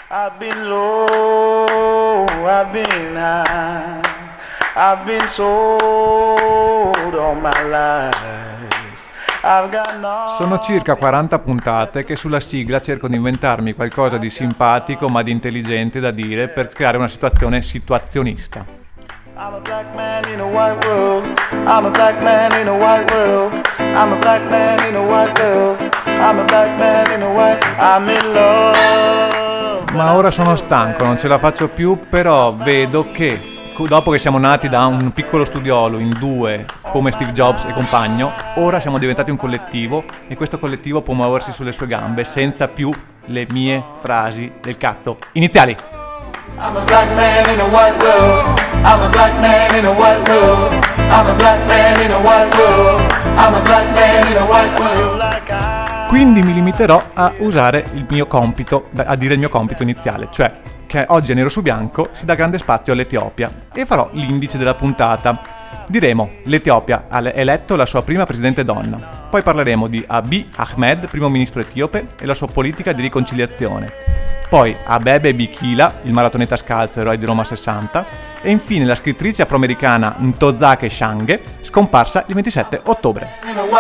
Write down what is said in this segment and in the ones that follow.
I've been low, I've been high, I've been sold all my life. I've got no... Sono circa 40 puntate che sulla sigla cerco di inventarmi qualcosa di simpatico ma di intelligente da dire per creare una situazione situazionista. I'm a black man in a white world. I'm a black man in a white world. I'm a black man in a white world. I'm a black man in a white. I'm in love. Ma ora sono stanco, non ce la faccio più, però vedo che dopo che siamo nati da un piccolo studiolo in due come Steve Jobs e compagno, ora siamo diventati un collettivo e questo collettivo può muoversi sulle sue gambe senza più le mie frasi del cazzo iniziali. I'm a black man in a white world. I'm a black man in a white world. I'm a black man in a white world. I'm a black man in a white world. Quindi mi limiterò a usare il mio compito, a dire il mio compito iniziale, cioè che oggi a Nero su Bianco si dà grande spazio all'Etiopia e farò l'indice della puntata. Diremo: l'Etiopia ha eletto la sua prima presidente donna. Poi parleremo di Abiy Ahmed, primo ministro etiope, e la sua politica di riconciliazione. Poi Abebe Bikila, il maratoneta scalzo eroe di Roma 60, e infine la scrittrice afroamericana Ntozake Shange, scomparsa il 27 ottobre.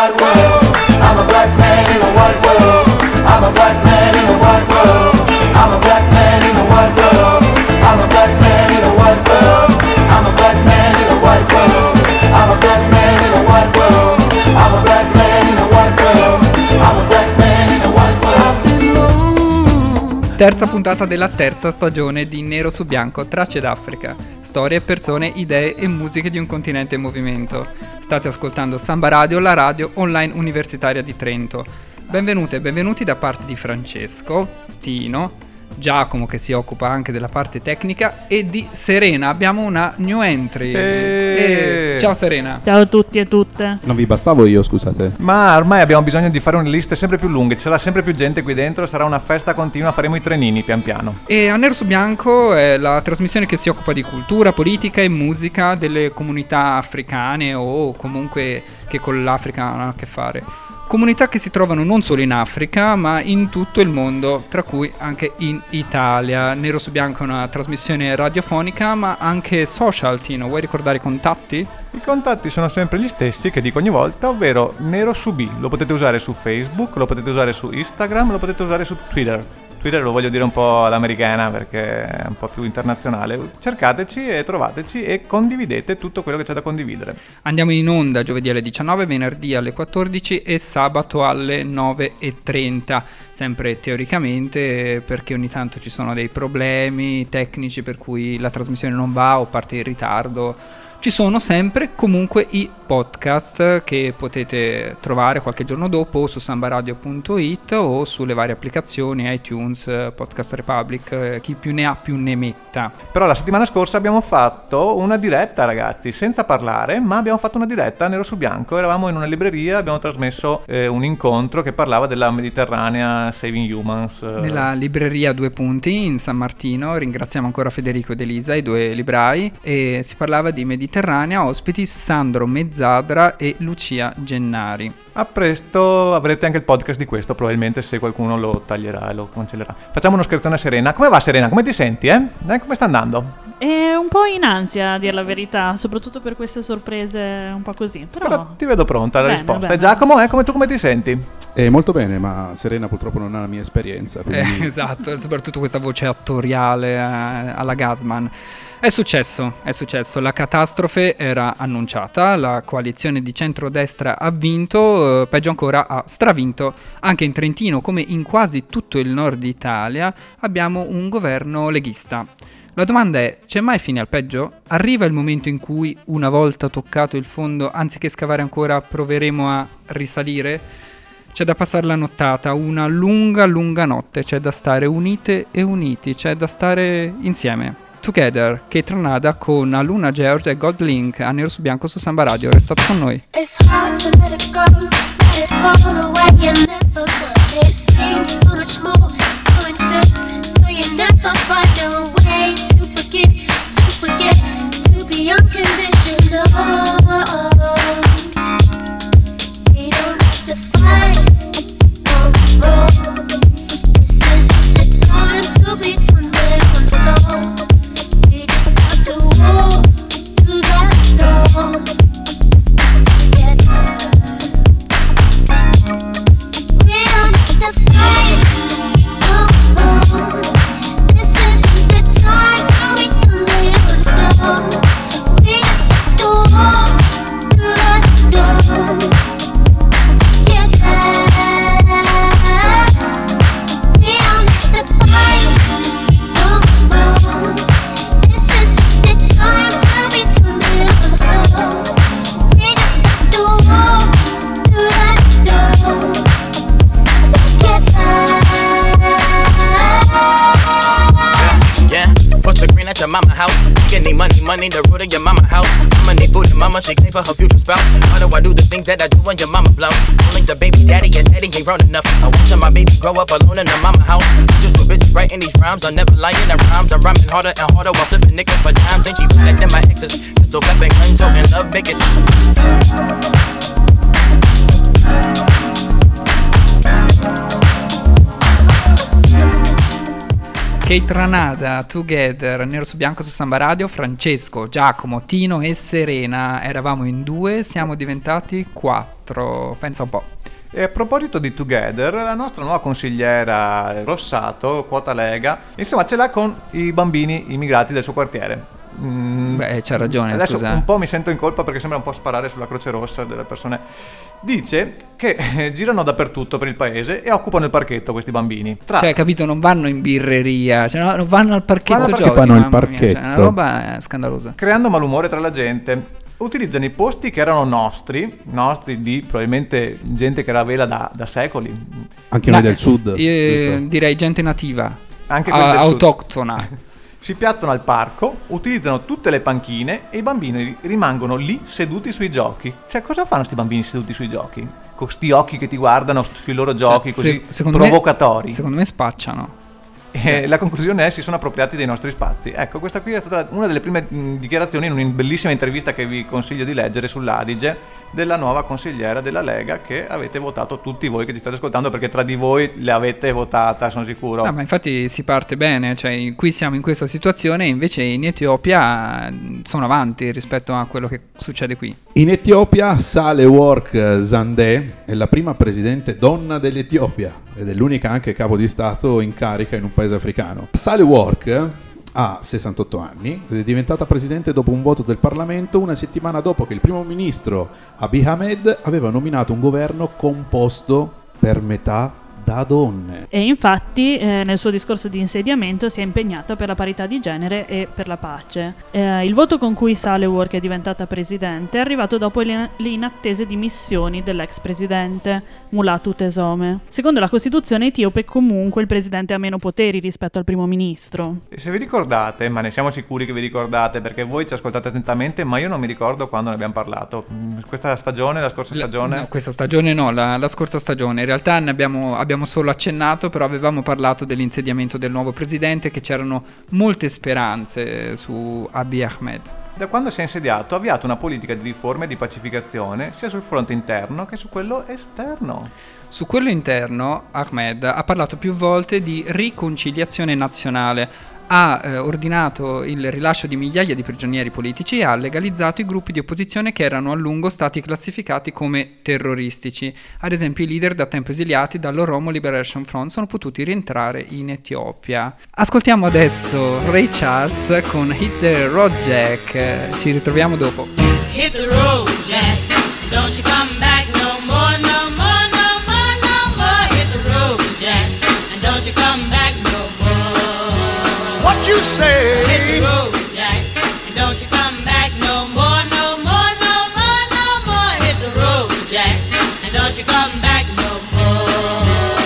Terza puntata della terza stagione di Nero su Bianco, Tracce d'Africa. Storie, persone, idee e musiche di un continente in movimento. State ascoltando Samba Radio, la radio online universitaria di Trento. Benvenute e benvenuti da parte di Francesco, Tino, Giacomo che si occupa anche della parte tecnica e di Serena. Abbiamo una new entry. Ciao Serena. Ciao a tutti e tutte. Non vi bastavo io, scusate. Ma ormai abbiamo bisogno di fare una liste sempre più lunghe, ci sarà sempre più gente qui dentro, sarà una festa continua, faremo i trenini pian piano. E A Nero su Bianco è la trasmissione che si occupa di cultura, politica e musica delle comunità africane o comunque che con l'Africa hanno a che fare. Comunità che si trovano non solo in Africa ma in tutto il mondo, tra cui anche in Italia. Nero su Bianco è una trasmissione radiofonica ma anche social. Tino, vuoi ricordare i contatti? I contatti sono sempre gli stessi che dico ogni volta, ovvero Nero su B. Lo potete usare su Facebook, lo potete usare su Instagram, lo potete usare su Twitter. Twitter lo voglio dire un po' all'americana perché è un po' più internazionale. Cercateci e trovateci e condividete tutto quello che c'è da condividere. Andiamo in onda giovedì alle 19, venerdì alle 14 e sabato alle 9:30. Sempre teoricamente, perché ogni tanto ci sono dei problemi tecnici per cui la trasmissione non va o parte in ritardo. Ci sono sempre comunque i podcast che potete trovare qualche giorno dopo su sambaradio.it o sulle varie applicazioni iTunes, Podcast Republic, chi più ne ha più ne metta. Però la settimana scorsa abbiamo fatto una diretta, ragazzi, senza parlare, ma abbiamo fatto una diretta Nero su Bianco. Eravamo in una libreria, abbiamo trasmesso un incontro che parlava della Mediterranea Saving Humans. Nella libreria Due Punti in San Martino, ringraziamo ancora Federico ed Elisa, i due librai, e si parlava di Mediterranea, ospiti Sandro Mezzadra e Lucia Gennari. A presto avrete anche il podcast di questo, probabilmente, se qualcuno lo taglierà e lo cancellerà. Facciamo uno scherzone a Serena. Come va Serena? Come ti senti, come sta andando? È un po' in ansia, a dir la verità, soprattutto per queste sorprese un po' così. Però ti vedo pronta alla bene, risposta. bene. E Giacomo, come ti senti? Molto bene, ma Serena purtroppo non ha la mia esperienza. Quindi... Esatto, soprattutto questa voce attoriale alla Gasman. È successo, la catastrofe era annunciata, la coalizione di centrodestra ha vinto, peggio ancora ha stravinto. Anche in Trentino, come in quasi tutto il nord Italia, abbiamo un governo leghista. La domanda è: c'è mai fine al peggio? Arriva il momento in cui, una volta toccato il fondo, anziché scavare ancora, proveremo a risalire? C'è da passare la nottata, una lunga notte, c'è da stare unite e uniti, c'è da stare insieme. Together, Kate Ranada con Aluna George e God Link a Nero su Bianco su Samba Radio. Restate con noi. It's hard to let it go, let it fall away and never run. It seems so much more, so intense, so you never find a way to forget, to be unconditional. We don't have to fight, oh, this isn't the time to be torn. your mama house. You need money, the root of your mama house. Mama need food, and mama she clean for her future spouse. Why do I do the things that I do when your mama blow? Calling the baby daddy and daddy ain't grown enough. I watching my baby grow up alone in the mama house. Just two bitches writing these rhymes, I'm never lying in rhymes. I'm rhyming harder and harder while flipping niggas for dimes. Ain't she better than my exes? Pistol flipping, gun toting, love making. Kate Ranada, Together, nero su bianco su Samba Radio. Francesco, Giacomo, Tino e Serena. Eravamo in 2, siamo diventati 4. Pensa un po'. E a proposito di Together, la nostra nuova consigliera Rossato, quota Lega, insomma ce l'ha con i bambini immigrati del suo quartiere. Beh, c'ha ragione, adesso scusa. un po' mi sento in colpa perché sembra un po' sparare sulla Croce Rossa delle persone. Dice che girano dappertutto per il paese e occupano il parchetto questi bambini. Cioè, capito, non vanno in birreria, cioè, no, vanno al parchetto giochi. Vanno al Cioè, parchetto. una roba scandalosa. Creando malumore tra la gente. Utilizzano i posti che erano nostri di probabilmente gente che era a vela da secoli. Anche noi del sud. Io direi gente nativa, Anche quelli del sud. autoctona. Si piazzano al parco, utilizzano tutte le panchine e i bambini rimangono lì seduti sui giochi. Cioè, cosa fanno sti bambini seduti sui giochi? Con sti occhi che ti guardano sui loro giochi, così provocatori. Secondo me spacciano. E la conclusione è: si sono appropriati dei nostri spazi. Ecco, questa qui è stata una delle prime dichiarazioni in una bellissima intervista che vi consiglio di leggere sull'Adige della nuova consigliera della Lega, che avete votato tutti voi che ci state ascoltando, perché tra di voi le avete votata, sono sicuro. Ma infatti si parte bene, cioè qui siamo in questa situazione e invece in Etiopia sono avanti rispetto a quello che succede qui. In Etiopia Sahle-Work Zande è la prima presidente donna dell'Etiopia ed è l'unica anche capo di Stato in carica in un paese africano. Sahle-Work ha 68 anni ed è diventata presidente dopo un voto del Parlamento una settimana dopo che il primo ministro Abiy Ahmed aveva nominato un governo composto per metà da donne. E infatti nel suo discorso di insediamento si è impegnata per la parità di genere e per la pace. Il voto con cui Sahle-Work è diventata presidente è arrivato dopo le inattese dimissioni dell'ex presidente Mulatu Teshome. Secondo la Costituzione etiope comunque il presidente ha meno poteri rispetto al primo ministro. E se vi ricordate, ma ne siamo sicuri che vi ricordate perché voi ci ascoltate attentamente, ma io non mi ricordo quando ne abbiamo parlato. Questa stagione, la scorsa stagione? No, questa stagione no, la scorsa stagione. In realtà ne abbiamo solo accennato, però avevamo parlato dell'insediamento del nuovo presidente, che c'erano molte speranze su Abiy Ahmed. Da quando si è insediato ha avviato una politica di riforme e di pacificazione sia sul fronte interno che su quello esterno. Su quello interno Ahmed ha parlato più volte di riconciliazione nazionale, ha ordinato il rilascio di migliaia di prigionieri politici e ha legalizzato i gruppi di opposizione che erano a lungo stati classificati come terroristici. Ad esempio, i leader da tempo esiliati dall'Oromo Liberation Front sono potuti rientrare in Etiopia. Ascoltiamo adesso Ray Charles con Hit the Road Jack. Ci ritroviamo dopo. Hit the road, Jack. Don't you come back no more, no more, no more, no more. Hit the road, Jack. And don't you come back no more. What you say? Hit the road, Jack. And don't you come back no more, no more, no more, no more. Hit the road, Jack. And don't you come back no more.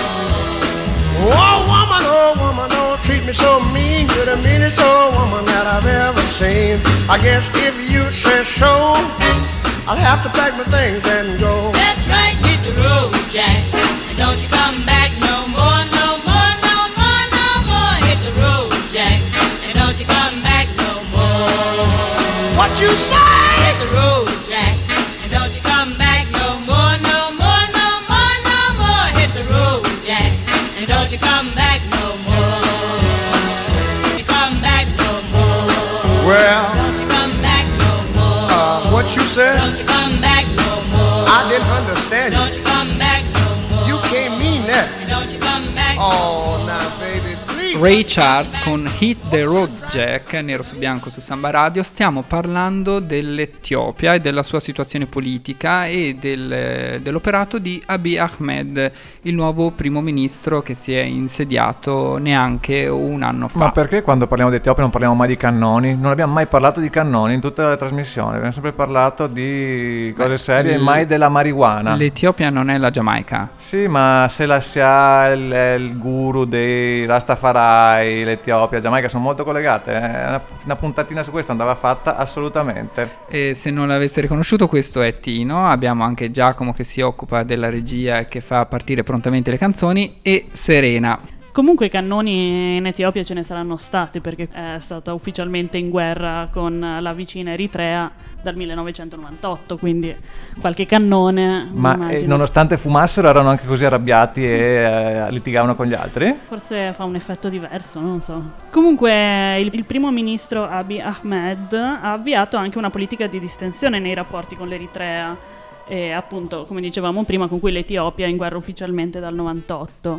Oh woman, don't treat me so mean. You're the meanest old woman that I've ever seen. I guess if you say so, I'll have to pack my things and go. That's right, hit the road, Jack. And don't you come back no more, no more, no more, no more. Hit the road, Jack. And don't you come back no more. What you say? Hit the road, Jack. And don't you come back no more, no more, no more, no more. Hit the road, Jack. And don't you come back no more. You come back no more. Well, don't you come back no more. What you said? Don't you come back no more. I didn't understand don't you come back no more. You can't mean that. Don't you come back oh, no more. Now baby, please. Ray Charles con Hit the Road Jack, nero su bianco su Samba Radio. Stiamo parlando dell'Etiopia e della sua situazione politica e dell'operato di Abiy Ahmed, il nuovo primo ministro che si è insediato neanche un anno fa. Ma perché quando parliamo di Etiopia non parliamo mai di cannoni? Non abbiamo mai parlato di cannoni in tutta la trasmissione, abbiamo sempre parlato di cose serie e mai della marijuana. L'Etiopia non è la Giamaica. Sì, ma se la si ha il guru dei Rastafari dai, l'Etiopia, Giamaica sono molto collegate. Una puntatina su questo andava fatta assolutamente. E se non l'aveste riconosciuto, questo è Tino. Abbiamo anche Giacomo che si occupa della regia e che fa partire prontamente le canzoni, e Serena. Comunque i cannoni in Etiopia ce ne saranno stati, perché è stata ufficialmente in guerra con la vicina Eritrea dal 1998, quindi qualche cannone. Ma immagino. Nonostante fumassero erano anche così arrabbiati e litigavano con gli altri? Forse fa un effetto diverso, non lo so. Comunque il primo ministro Abiy Ahmed ha avviato anche una politica di distensione nei rapporti con l'Eritrea, e appunto, come dicevamo prima, con cui l'Etiopia è in guerra ufficialmente dal 98.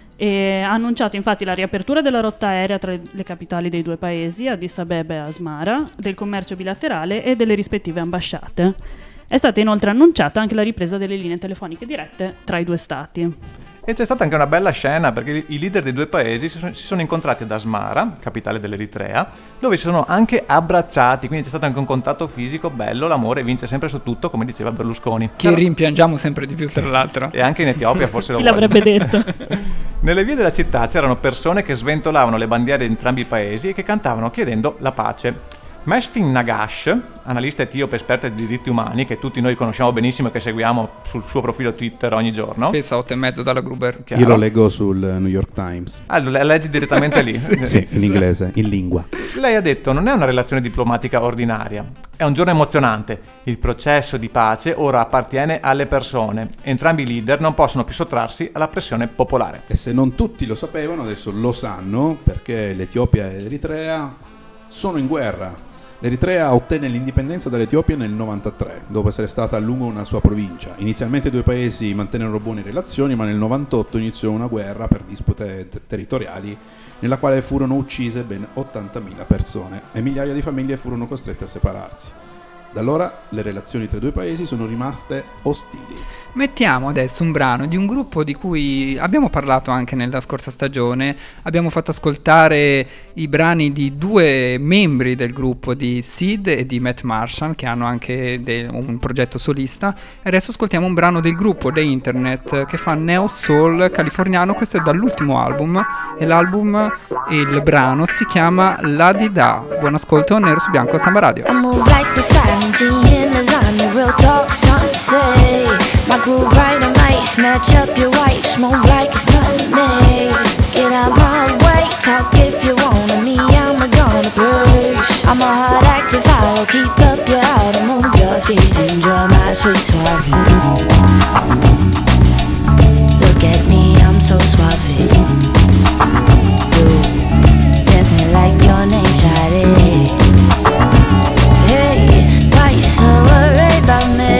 E ha annunciato infatti la riapertura della rotta aerea tra le capitali dei due paesi, Addis Abeba e Asmara, del commercio bilaterale e delle rispettive ambasciate. È stata inoltre annunciata anche la ripresa delle linee telefoniche dirette tra i due stati. E c'è stata anche una bella scena, perché i leader dei due paesi si sono incontrati ad Asmara, capitale dell'Eritrea, dove si sono anche abbracciati, quindi c'è stato anche un contatto fisico bello. L'amore vince sempre su tutto, come diceva Berlusconi. Che rimpiangiamo sempre di più, tra l'altro. E anche in Etiopia forse lo Chi l'avrebbe detto? Nelle vie della città c'erano persone che sventolavano le bandiere di entrambi i paesi e che cantavano chiedendo la pace. Meshfin Nagash, analista etiope esperta di diritti umani, che tutti noi conosciamo benissimo e che seguiamo sul suo profilo Twitter ogni giorno. Spesso a 8:30 dalla Gruber. Chiaro. Io lo leggo sul New York Times. Ah, lo leggi direttamente lì? Sì, in inglese, in lingua. Lei ha detto: non è una relazione diplomatica ordinaria, è un giorno emozionante. Il processo di pace ora appartiene alle persone. Entrambi i leader non possono più sottrarsi alla pressione popolare. E se non tutti lo sapevano, adesso lo sanno, perché l'Etiopia e l'Eritrea sono in guerra. L'Eritrea ottenne l'indipendenza dall'Etiopia nel 93, dopo essere stata a lungo una sua provincia. Inizialmente i due paesi mantennero buone relazioni, ma nel 98 iniziò una guerra per dispute territoriali, nella quale furono uccise ben 80.000 persone e migliaia di famiglie furono costrette a separarsi. Da allora le relazioni tra i due paesi sono rimaste ostili. Mettiamo adesso un brano di un gruppo di cui abbiamo parlato anche nella scorsa stagione. Abbiamo fatto ascoltare i brani di due membri del gruppo, di Sid e di Matt Marshall, che hanno anche un progetto solista. E adesso ascoltiamo un brano del gruppo The Internet, che fa neo soul californiano. Questo è dall'ultimo album, e l'album e il brano si chiama La Di Da. Buon ascolto, Nero su Bianco a Samba Radio. G in design, real talk, something to say. My groove right, I might snatch up your wife, smoke like it's nothing to me. Get out my way, talk if you wanna me, I'm gonna push. I'm a hard active follow, keep up your auto, move your feet, enjoy my sweet suave. Look at me, I'm so suave. You dancing like your name, shawty. So worried about me.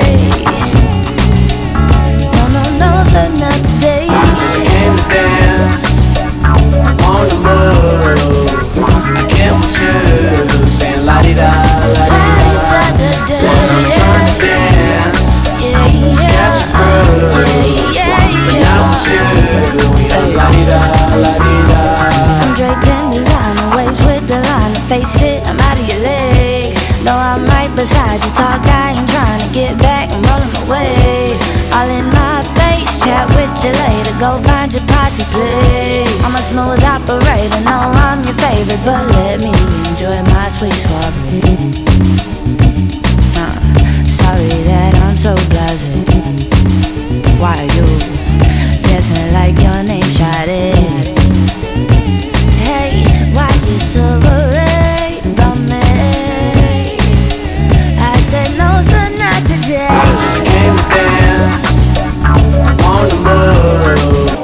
No, so not today. I just came to dance on the move. I came with you, saying la-di-da, la-di-da. Said I'm trying to dance, catch a groove. But now with you, we are la-di-da, la-di-da. I'm draped in designer, waves with the line. Face it, I'm out of your league. No, I'm right beside you, talk, I ain't trying to get back, I'm rolling away. All in my face, chat with you later, go find your posse, please. I'm a smooth operator, no, I'm your favorite, but let me enjoy my sweet soiree. Sorry that I'm so blasé. Why are you dancing like your name, shawty? Hey, why you so worried about me? No, so not today. I just came to dance on the move.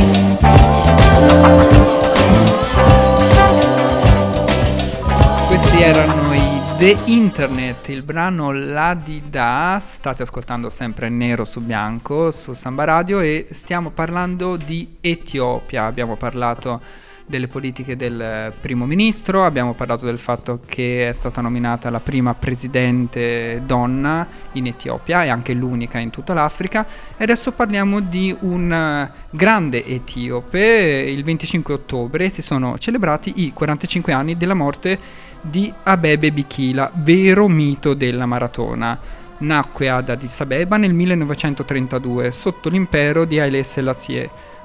Questi erano i The Internet, il brano La Di Da. State ascoltando sempre Nero su Bianco su Samba Radio e stiamo parlando di Etiopia. Abbiamo parlato delle politiche del primo ministro, abbiamo parlato del fatto che è stata nominata la prima presidente donna in Etiopia e anche l'unica in tutta l'Africa, e adesso parliamo di un grande etiope. Il 25 ottobre si sono celebrati i 45 anni della morte di Abebe Bikila, vero mito della maratona. Nacque ad Addis Abeba nel 1932 sotto l'impero di Haile Selassie.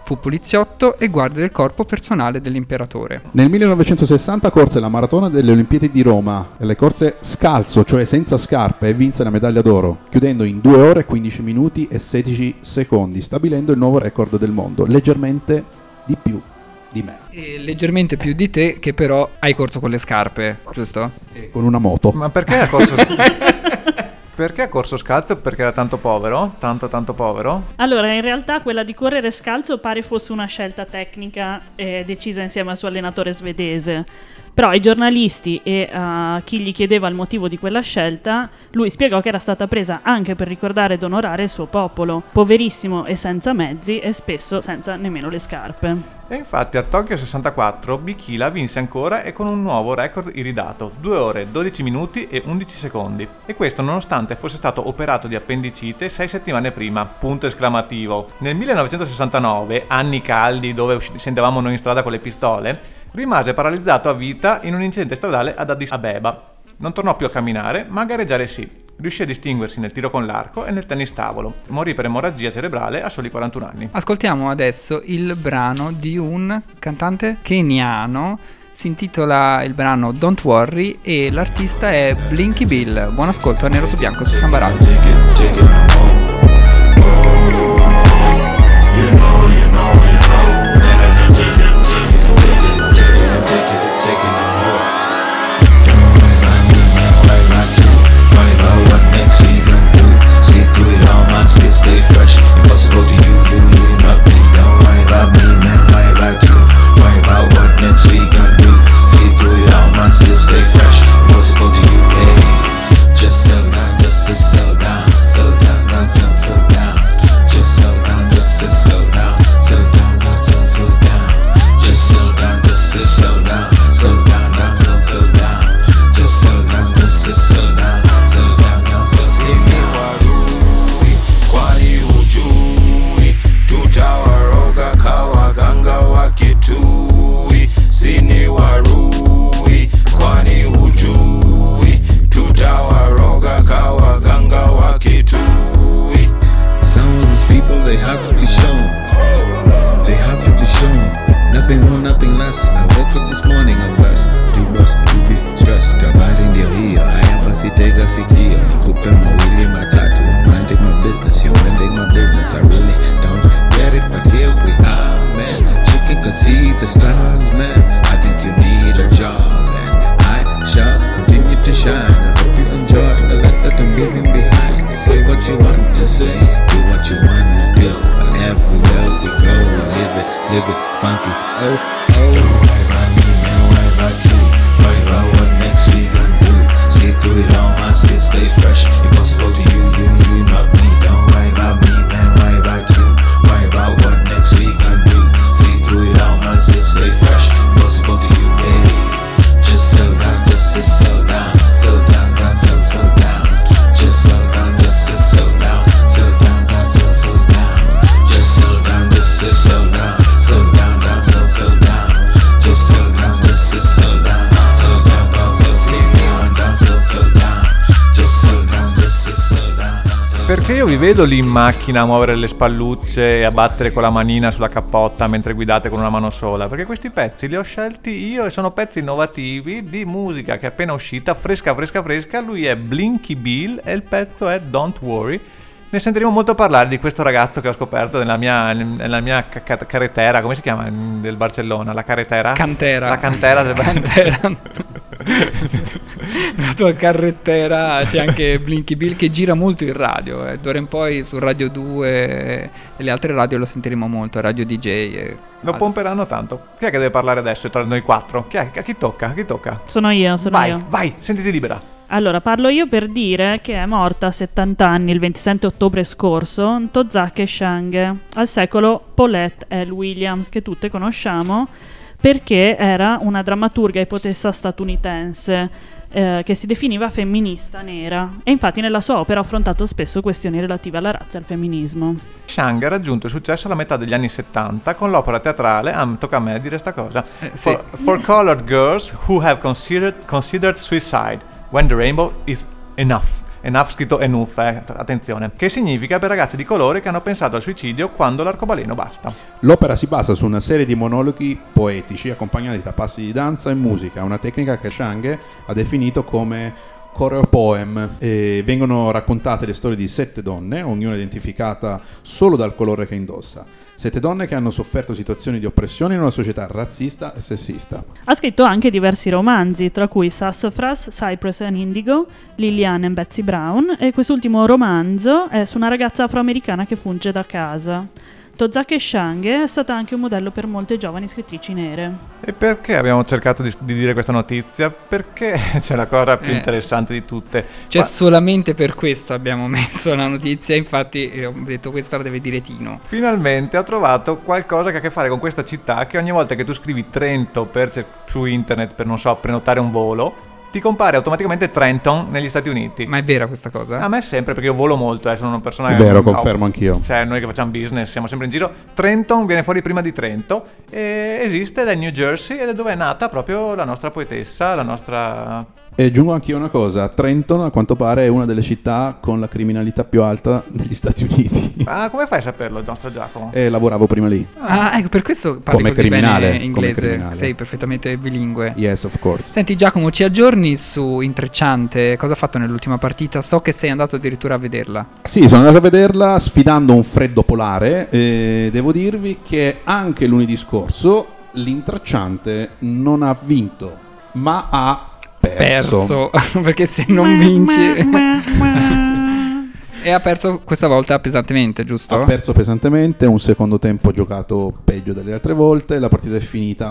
fu poliziotto e guardia del corpo personale dell'imperatore. Nel 1960 corse la maratona delle Olimpiadi di Roma, le corse scalzo, cioè senza scarpe, e vinse la medaglia d'oro, chiudendo in 2 ore, 15 minuti e 16 secondi, stabilendo il nuovo record del mondo, leggermente di più di me. E leggermente più di te, che però hai corso con le scarpe, giusto? E con una moto. Ma perché ha corso... Perché ha corso scalzo? Perché era tanto povero? Tanto povero? Allora, in realtà quella di correre scalzo pare fosse una scelta tecnica decisa insieme al suo allenatore svedese. Però ai giornalisti e a chi gli chiedeva il motivo di quella scelta, lui spiegò che era stata presa anche per ricordare ed onorare il suo popolo, poverissimo e senza mezzi e spesso senza nemmeno le scarpe. E infatti a Tokyo 64 Bikila vinse ancora e con un nuovo record iridato, 2 ore, 12 minuti e 11 secondi. E questo nonostante fosse stato operato di appendicite 6 settimane prima, punto esclamativo. Nel 1969, anni caldi dove scendevamo noi in strada con le pistole, rimase paralizzato a vita in un incidente stradale ad Addis Abeba. Non tornò più a camminare, ma a gareggiare sì. Riuscì a distinguersi nel tiro con l'arco e nel tennis tavolo. Morì per emorragia cerebrale a soli 41 anni. Ascoltiamo adesso il brano di un cantante keniano. Si intitola il brano Don't Worry e l'artista è Blinky Bill. Buon ascolto a Nero su Bianco su Samba Radio. Stay fresh, impossible to you, not me. Don't worry about me, man, worry about you. Worry about what next we gon' do. See through it all, man, still stay fresh, impossible to you, hey. Just settle down, just to settle down. Settle down, down, settle down. Just settle down, just to settle down. Settle down, down, settle down. Just settle down, just to settle down. Settle down, down, settle down. Just settle down, just to settle down. Settle down, down, settle down. Kwani hujui tutawaroga kawaganga wakitui, sini warui. Kwani hujui tutawaroga kawaganga wakitui. Some of these people, they have to be shown. They have to be shown. Nothing more, nothing less. I woke up this morning, I'm blessed. You must be stressed. Habari ndio hiyo, haya basi tega sikio, nikupe mawili matatu. I'm minding my business, you're minding my business. I really don't get it, but here we are, man. Chicken can see the stars, man. I think you need a job, and I shall continue to shine. I hope you enjoy the life that I'm leaving behind. Say what you want to say, do what you want to do. But everywhere we go, live it funky. Oh, oh. Don't worry about me, man, worry about you. Worry about what next we gon' do. See through it all, man, still stay fresh. Impossible to you, not me. Don't worry about me, man, worry about you. Worry about what next we gon' do. See through it all, man, still stay fresh. Impossible to you, hey. Just settle down, just to settle down. Settle down, down, settle down. Just settle down, just to settle down. Settle down, down, settle down. Just settle down, just to settle down. Settle down, down, settle down. Just settle down, just to settle down. Settle down, down, settle down. Just settle down, just to settle down. Perché io vi vedo lì in macchina a muovere le spallucce e a battere con la manina sulla cappotta mentre guidate con una mano sola? Perché questi pezzi li ho scelti io e sono pezzi innovativi di musica che è appena uscita, fresca. Lui è Blinky Bill e il pezzo è Don't Worry. Ne sentiremo molto parlare di questo ragazzo che ho scoperto nella mia carretera, come si chiama del Barcellona? La carretera? Cantera. La cantera del Cantera. Nella tua carrettera c'è anche Blinky Bill che gira molto in radio. D'ora in poi su Radio 2 e le altre radio lo sentiremo molto, Radio DJ. Lo pomperanno tanto. Chi è che deve parlare adesso tra noi quattro? A chi tocca? Sono io. Vai, sentiti libera. Allora, parlo io per dire che è morta a 70 anni il 27 ottobre scorso Ntozake Shange, al secolo Paulette L. Williams, che tutte conosciamo perché era una drammaturga e poetessa statunitense che si definiva femminista nera e infatti nella sua opera ha affrontato spesso questioni relative alla razza e al femminismo. Shange ha raggiunto il successo alla metà degli anni 70 con l'opera teatrale, tocca a me dire sta cosa, sì. for Colored Girls Who Have Considered Suicide, When the Rainbow Is Enough, Enough scritto enough, attenzione, che significa per ragazzi di colore che hanno pensato al suicidio quando l'arcobaleno basta. L'opera si basa su una serie di monologhi poetici accompagnati da passi di danza e musica, una tecnica che Chang ha definito come choreo poem, e vengono raccontate le storie di 7 donne, ognuna identificata solo dal colore che indossa. 7 donne che hanno sofferto situazioni di oppressione in una società razzista e sessista. Ha scritto anche diversi romanzi, tra cui Sassafras, Cypress and Indigo, Lillian e Betsy Brown, e quest'ultimo romanzo è su una ragazza afroamericana che funge da casa. Tozake Shange è stata anche un modello per molte giovani scrittrici nere. E perché abbiamo cercato di dire questa notizia? Perché c'è la cosa più interessante di tutte. Cioè solamente per questo abbiamo messo la notizia, infatti ho detto questa la deve dire Tino. Finalmente ho trovato qualcosa che ha a che fare con questa città, che ogni volta che tu scrivi Trento su internet per, non so, prenotare un volo, ti compare automaticamente Trenton negli Stati Uniti. Ma è vera questa cosa? A me sempre, perché io volo molto, sono una persona È vero, confermo anch'io. Cioè noi che facciamo business siamo sempre in giro. Trenton viene fuori prima di Trento e esiste dal New Jersey ed è dove è nata proprio la nostra poetessa, la nostra... E aggiungo anch'io una cosa, Trenton a quanto pare è una delle città con la criminalità più alta degli Stati Uniti. Ah, come fai a saperlo, il nostro Giacomo? Lavoravo prima lì. Ah, ecco, per questo parli Come così criminale, bene inglese, come criminale. sei perfettamente bilingue. Yes, of course. Senti Giacomo, ci aggiorni su Intrecciante, cosa ha fatto nell'ultima partita? So che sei andato addirittura a vederla. Sì, sono andato a vederla sfidando un freddo polare e devo dirvi che anche lunedì scorso l'Intrecciante non ha vinto, ma ha perso. Perché se non vinci... E ha perso questa volta pesantemente, giusto? Ha perso pesantemente, un secondo tempo giocato peggio delle altre volte, la partita è finita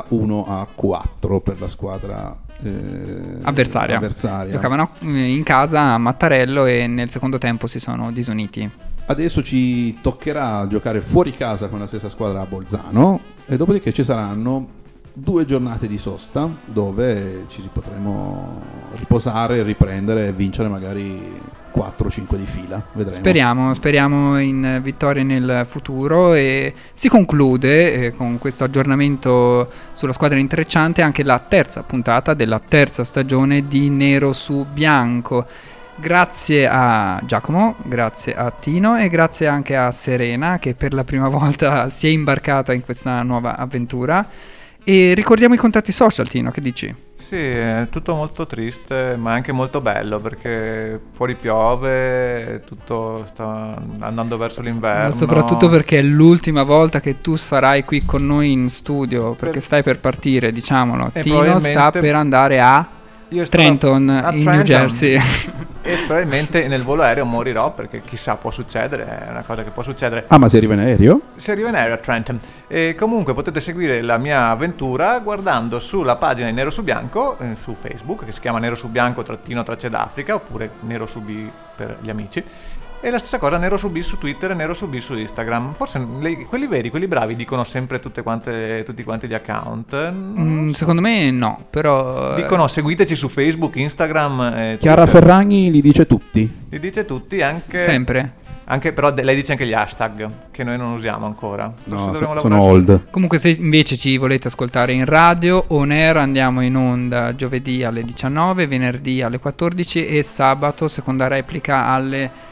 1-4 per la squadra avversaria. Giocavano in casa a Mattarello e nel secondo tempo si sono disuniti. Adesso ci toccherà giocare fuori casa con la stessa squadra a Bolzano e dopodiché ci saranno 2 giornate di sosta dove ci potremo riposare, riprendere e vincere magari 4-5 di fila, vedremo. Speriamo in vittorie nel futuro. E si conclude con questo aggiornamento sulla squadra intrecciante anche la terza puntata della terza stagione di Nero su Bianco. Grazie a Giacomo, grazie a Tino e grazie anche a Serena che per la prima volta si è imbarcata in questa nuova avventura. E ricordiamo i contatti social, Tino, che dici? Sì, è tutto molto triste, ma anche molto bello, perché fuori piove, tutto sta andando verso l'inverno. Ma soprattutto perché è l'ultima volta che tu sarai qui con noi in studio, perché stai per partire, diciamolo. Tino sta per andare a Trenton, in New Jersey. E probabilmente nel volo aereo morirò, perché chissà, può succedere, è una cosa che può succedere. Ah, ma si arriva in aereo? Si arriva in aereo a Trenton. E comunque potete seguire la mia avventura guardando sulla pagina di Nero su Bianco su Facebook, che si chiama Nero su Bianco _ d'Africa, oppure Nero su B per gli amici. E la stessa cosa Nero su B su Twitter e Nero su B su Instagram. Forse quelli veri, quelli bravi dicono sempre tutti quanti gli account. Secondo me no, però dicono seguiteci su Facebook, Instagram. Chiara Ferragni li dice tutti. Li dice tutti anche. Sempre. Anche, però lei dice anche gli hashtag che noi non usiamo ancora. Forse no, sono old. Comunque se invece ci volete ascoltare in radio, on air andiamo in onda giovedì alle 19, venerdì alle 14 e sabato seconda replica alle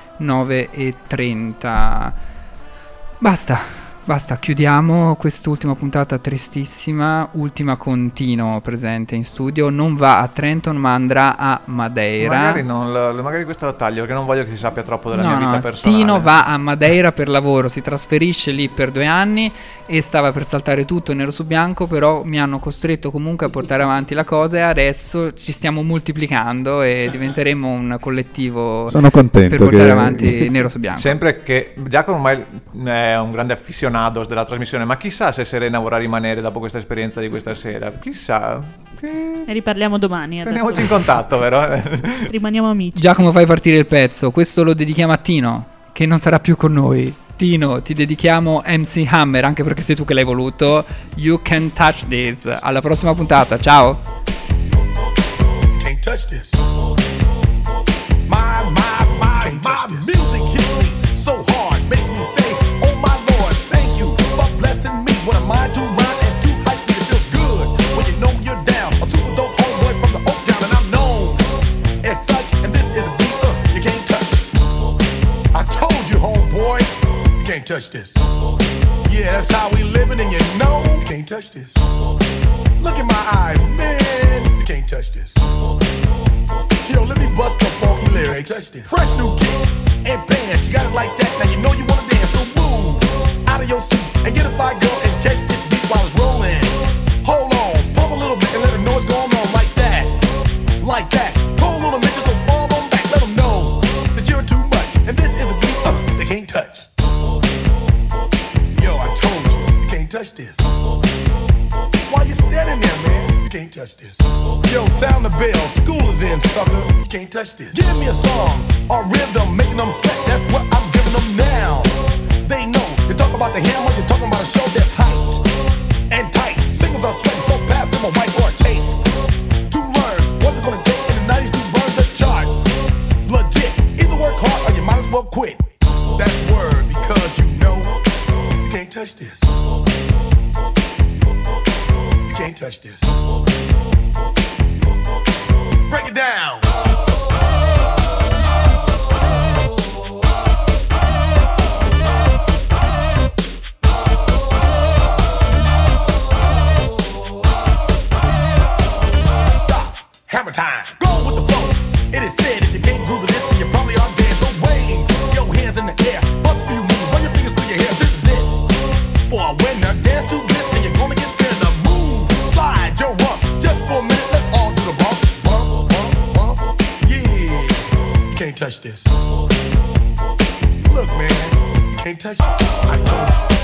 9:30. Basta, chiudiamo quest'ultima puntata tristissima, ultima con Tino presente in studio. Non va a Trenton ma andrà a Madeira. Magari questo lo taglio, perché non voglio che si sappia troppo della mia vita personale. Tino va a Madeira per lavoro, si trasferisce lì per 2 anni e stava per saltare tutto Nero su Bianco, però mi hanno costretto comunque a portare avanti la cosa e adesso ci stiamo moltiplicando e diventeremo un collettivo. Sono contento per portare avanti Nero su Bianco. Sempre che Giacomo ormai è un grande afficionato della trasmissione, ma chissà se Serena vorrà rimanere dopo questa esperienza di questa sera. Chissà. Ne riparliamo domani. Teniamoci in contatto, vero? Rimaniamo amici. Giacomo, fai partire il pezzo. Questo lo dedichiamo a Tino, che non sarà più con noi. Tino, ti dedichiamo MC Hammer, anche perché sei tu che l'hai voluto. You Can Touch This. Alla prossima puntata, ciao. Can't touch this. My music hits me so hard, makes me say, oh my Lord, thank you for blessing me. What am I to rhyme and to hype me? It feels good when you know you're down. A super dope homeboy from the Oak Town, and I'm known as such. And this is a beat you can't touch. touch this. Yeah, that's how we living, and you know you can't touch this. Look in my eyes, man, you can't touch this. Yo, let me bust the funky lyrics. Fresh new kicks and bands, you got it like that. Now you know you wanna dance, so move out of your seat and get a fire girl and catch this beat while it's rolling. Hold on, pump a little bit and let them know what's going on like that, like that. Hold on a minute, just don't fall on back. Let them know that you're too much, and this is a beat they can't touch. Yo, I told you can't touch this. Why you standing there, man? You can't touch this. Yo, sound the bell, school is in, sucker. You can't touch this. Give me a song, a rhythm, making them sweat. That's what I'm giving them now. They know. You talk about the hammer, you're talking about a show that's hyped and tight. Singles are sweating so fast, them a white or tape. To learn what's it gonna take in the 90s to burn the charts. Legit. Either work hard or you might as well quit. That's word, because you know you can't touch this. You can't touch this. Break it down. Stop. Hammer time. Go with the flow. It is said if you can't groove this, then you probably are dead. So wave your hands in the air. Bust a few moves. Run your fingers through your hair. This is it. For a winner, dance to this, and you're gonna get there. The move. Slide your rump. Just for a minute, let's all do the bump. Bump, bump, bump. Yeah. You can't touch this. Look, man. You can't touch it. I told you.